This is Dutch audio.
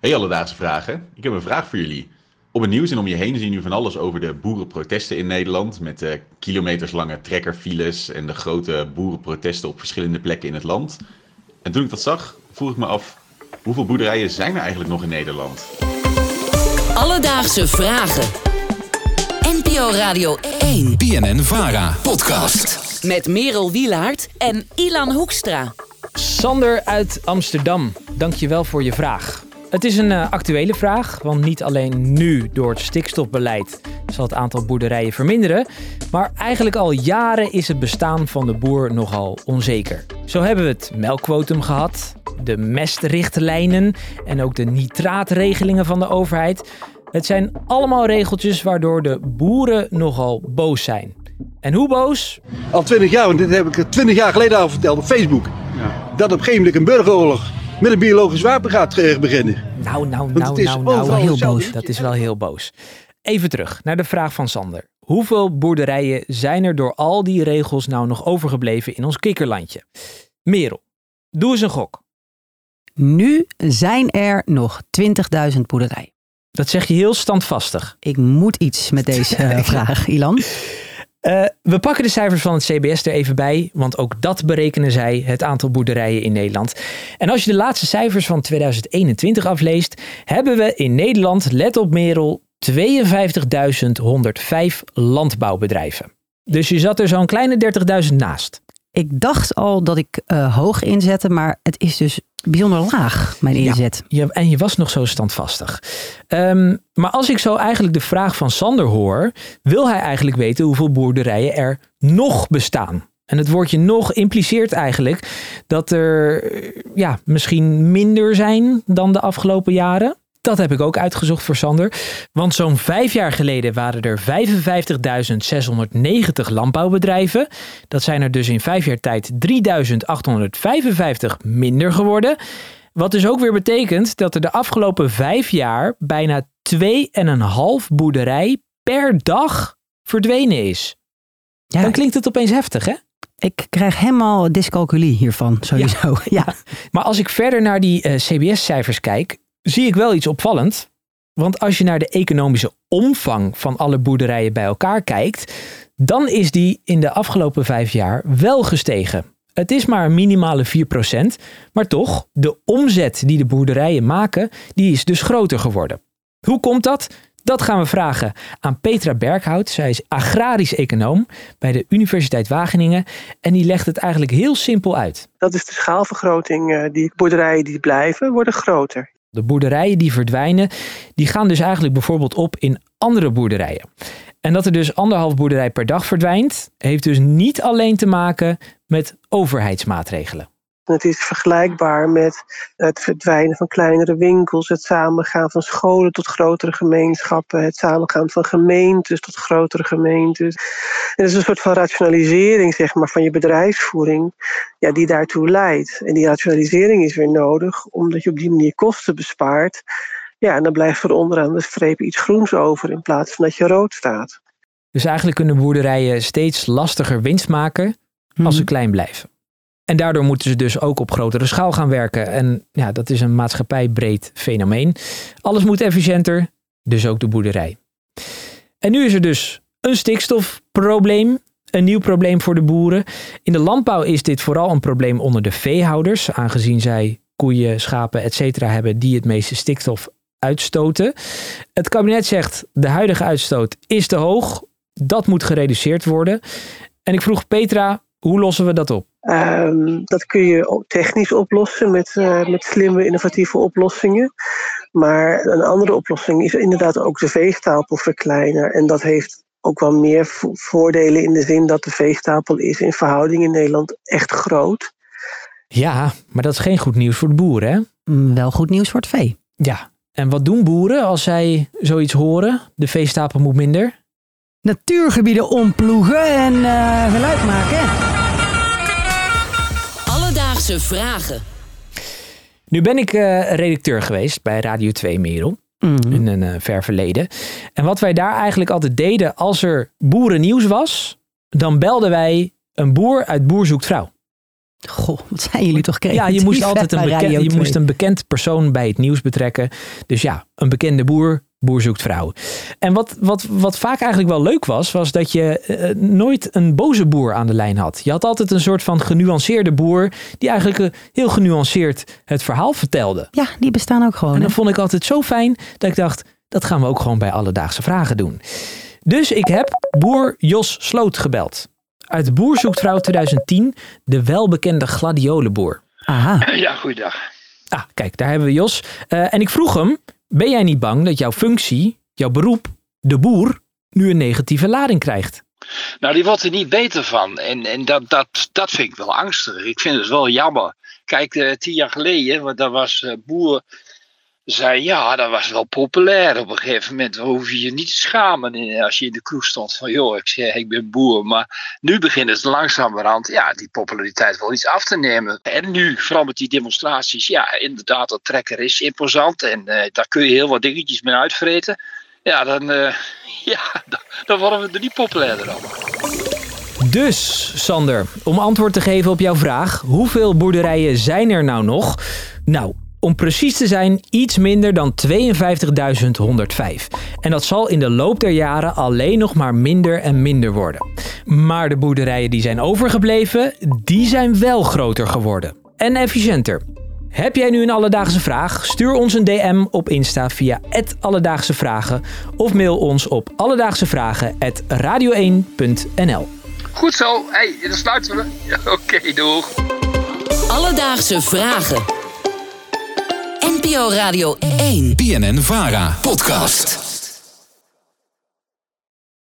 Hey Alledaagse Vragen, ik heb een vraag voor jullie. Op het nieuws en om je heen zie je nu van alles over de boerenprotesten in Nederland. Met kilometerslange trekkerfiles en de grote boerenprotesten op verschillende plekken in het land. En toen ik dat zag, vroeg ik me af, hoeveel boerderijen zijn er eigenlijk nog in Nederland? Alledaagse Vragen. NPO Radio 1. BNN-Vara podcast. Met Merel Wielaert en Ilan Hoekstra. Sander uit Amsterdam, dankjewel voor je vraag. Het is een actuele vraag, want niet alleen nu door het stikstofbeleid zal het aantal boerderijen verminderen, maar eigenlijk al jaren is het bestaan van de boer nogal onzeker. Zo hebben we het melkquotum gehad, de mestrichtlijnen en ook de nitraatregelingen van de overheid. Het zijn allemaal regeltjes waardoor de boeren nogal boos zijn. En hoe boos? Al 20 jaar, want dit heb ik 20 jaar geleden al verteld op Facebook. Ja. Dat op een gegeven moment een burgeroorlog met een biologisch wapen gaat beginnen. Nou, heel boos. Dat is wel heel boos. Even terug naar de vraag van Sander. Hoeveel boerderijen zijn er door al die regels nou nog overgebleven in ons kikkerlandje? Merel, doe eens een gok. Nu zijn er nog 20.000 boerderijen. Dat zeg je heel standvastig. Ik moet iets met deze vraag, Ilan. We pakken de cijfers van het CBS er even bij, want ook dat berekenen zij, het aantal boerderijen in Nederland. En als je de laatste cijfers van 2021 afleest, hebben we in Nederland, let op Merel, 52.105 landbouwbedrijven. Dus je zat er zo'n kleine 30.000 naast. Ik dacht al dat ik hoog inzette, maar het is dus bijzonder laag, mijn inzet. Ja, en je was nog zo standvastig. Maar als ik zo eigenlijk de vraag van Sander hoor, wil hij eigenlijk weten hoeveel boerderijen er nog bestaan. En het woordje nog impliceert eigenlijk dat er misschien minder zijn dan de afgelopen jaren. Dat heb ik ook uitgezocht voor Sander. Want zo'n 5 jaar geleden waren er 55.690 landbouwbedrijven. Dat zijn er dus in 5 jaar tijd 3.855 minder geworden. Wat dus ook weer betekent dat er de afgelopen 5 jaar bijna 2,5 boerderij per dag verdwenen is. Ja, dan klinkt het opeens heftig, hè? Ik krijg helemaal dyscalculie hiervan, sowieso. Ja. Maar als ik verder naar die CBS-cijfers kijk, zie ik wel iets opvallend. Want als je naar de economische omvang van alle boerderijen bij elkaar kijkt, dan is die in de afgelopen 5 jaar wel gestegen. Het is maar een minimale 4%, maar toch, de omzet die de boerderijen maken, die is dus groter geworden. Hoe komt dat? Dat gaan we vragen aan Petra Berghout. Zij is agrarisch econoom bij de Universiteit Wageningen en die legt het eigenlijk heel simpel uit. Dat is de schaalvergroting. Die boerderijen die blijven, worden groter. De boerderijen die verdwijnen, die gaan dus eigenlijk bijvoorbeeld op in andere boerderijen. En dat er dus 1,5 boerderij per dag verdwijnt, heeft dus niet alleen te maken met overheidsmaatregelen. Het is vergelijkbaar met het verdwijnen van kleinere winkels, het samengaan van scholen tot grotere gemeenschappen, het samengaan van gemeentes tot grotere gemeentes. Het is een soort van rationalisering, zeg maar, van je bedrijfsvoering, die daartoe leidt. En die rationalisering is weer nodig, omdat je op die manier kosten bespaart. Ja, en dan blijft er onderaan de streep iets groens over in plaats van dat je rood staat. Dus eigenlijk kunnen boerderijen steeds lastiger winst maken als ze klein blijven. En daardoor moeten ze dus ook op grotere schaal gaan werken. En ja, dat is een maatschappijbreed fenomeen. Alles moet efficiënter, dus ook de boerderij. En nu is er dus een stikstofprobleem. Een nieuw probleem voor de boeren. In de landbouw is dit vooral een probleem onder de veehouders, aangezien zij koeien, schapen, etc. hebben die het meeste stikstof uitstoten. Het kabinet zegt de huidige uitstoot is te hoog. Dat moet gereduceerd worden. En ik vroeg Petra, hoe lossen we dat op? Dat kun je technisch oplossen met slimme, innovatieve oplossingen. Maar een andere oplossing is inderdaad ook de veestapel verkleinen. En dat heeft ook wel meer voordelen in de zin dat de veestapel is in verhouding in Nederland echt groot. Ja, maar dat is geen goed nieuws voor de boeren, hè? Wel goed nieuws voor het vee. Ja, en wat doen boeren als zij zoiets horen? De veestapel moet minder? Natuurgebieden omploegen en geluid maken. Alledaagse Vragen. Nu ben ik redacteur geweest bij Radio 2 Merel. In een ver verleden. En wat wij daar eigenlijk altijd deden als er boerennieuws was, dan belden wij een boer uit Boer Zoekt Vrouw. Goh, wat zijn jullie toch creatief? Ja, je moest altijd Radio je 2. moest een bekend persoon bij het nieuws betrekken. Dus ja, een bekende boer zoekt vrouw. En wat vaak eigenlijk wel leuk was dat je nooit een boze boer aan de lijn had. Je had altijd een soort van genuanceerde boer die eigenlijk heel genuanceerd het verhaal vertelde. Ja, die bestaan ook gewoon. En Hè? dat vond ik altijd zo fijn dat ik dacht, dat gaan we ook gewoon bij Alledaagse Vragen doen. Dus ik heb boer Jos Sloot gebeld. Uit Boer zoekt vrouw 2010, de welbekende gladiolenboer. Aha. Ja, goeiedag. Ah, kijk, daar hebben we Jos. En ik vroeg hem, ben jij niet bang dat jouw functie, jouw beroep, de boer, nu een negatieve lading krijgt? Nou, die wordt er niet beter van. En dat vind ik wel angstig. Ik vind het wel jammer. Kijk, 10 jaar geleden, want daar was boer... zei ja, dat was wel populair. Op een gegeven moment hoef je je niet te schamen als je in de kroeg stond van joh, ik ben boer. Maar nu begint het langzamerhand, ja, die populariteit wel iets af te nemen. En nu, vooral met die demonstraties, ja, inderdaad, dat trekker is imposant en daar kun je heel wat dingetjes mee uitvreten. Ja, dan worden we er niet populairder op. Dus, Sander, om antwoord te geven op jouw vraag, hoeveel boerderijen zijn er nou nog? Nou, om precies te zijn, iets minder dan 52.105. En dat zal in de loop der jaren alleen nog maar minder en minder worden. Maar de boerderijen die zijn overgebleven, die zijn wel groter geworden. En efficiënter. Heb jij nu een alledaagse vraag? Stuur ons een DM op Insta via @alledaagsevragen of mail ons op alledaagsevragen@radio1.nl. Goed zo, dan sluiten we. Ja, oké, doeg. Alledaagse Vragen. NPO Radio 1. BNN-VARA podcast.